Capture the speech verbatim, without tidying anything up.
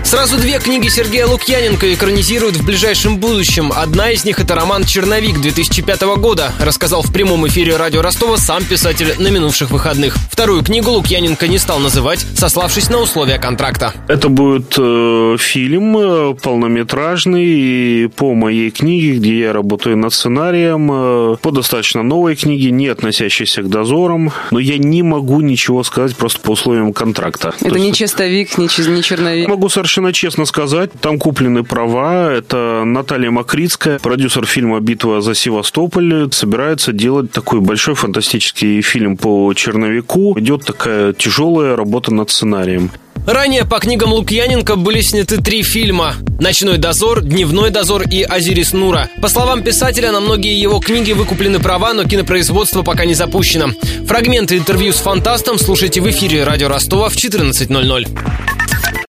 Сразу две книги Сергея Лукьяненко экранизируют в ближайшем будущем. Одна из них — это роман «Черновик» две тысячи пятого года, рассказал в прямом эфире радио Ростова сам писатель на минувших выходных. Вторую книгу Лукьяненко не стал называть, сославшись на условия контракта. Это будет э, фильм э, полнометражный по моей книге, где я работаю над сценарием, э, по достаточно новой книге, не относящейся к дозорам, но я не могу ничего сказать просто по условиям контракта. Это не чистовик, не, не черновик? Могу совершенно честно сказать, там куплены права, это Наталья Макритская, продюсер фильма «Битва за Севастополь», собирается делать такой большой фантастический фильм по черновику. Идет такая тяжелая работа над сценарием. Ранее по книгам Лукьяненко были сняты три фильма: «Ночной дозор», «Дневной дозор» и «Азирис Нура». По словам писателя, на многие его книги выкуплены права, но кинопроизводство пока не запущено. Фрагменты интервью с фантастом слушайте в эфире радио Ростова в четырнадцать ноль ноль.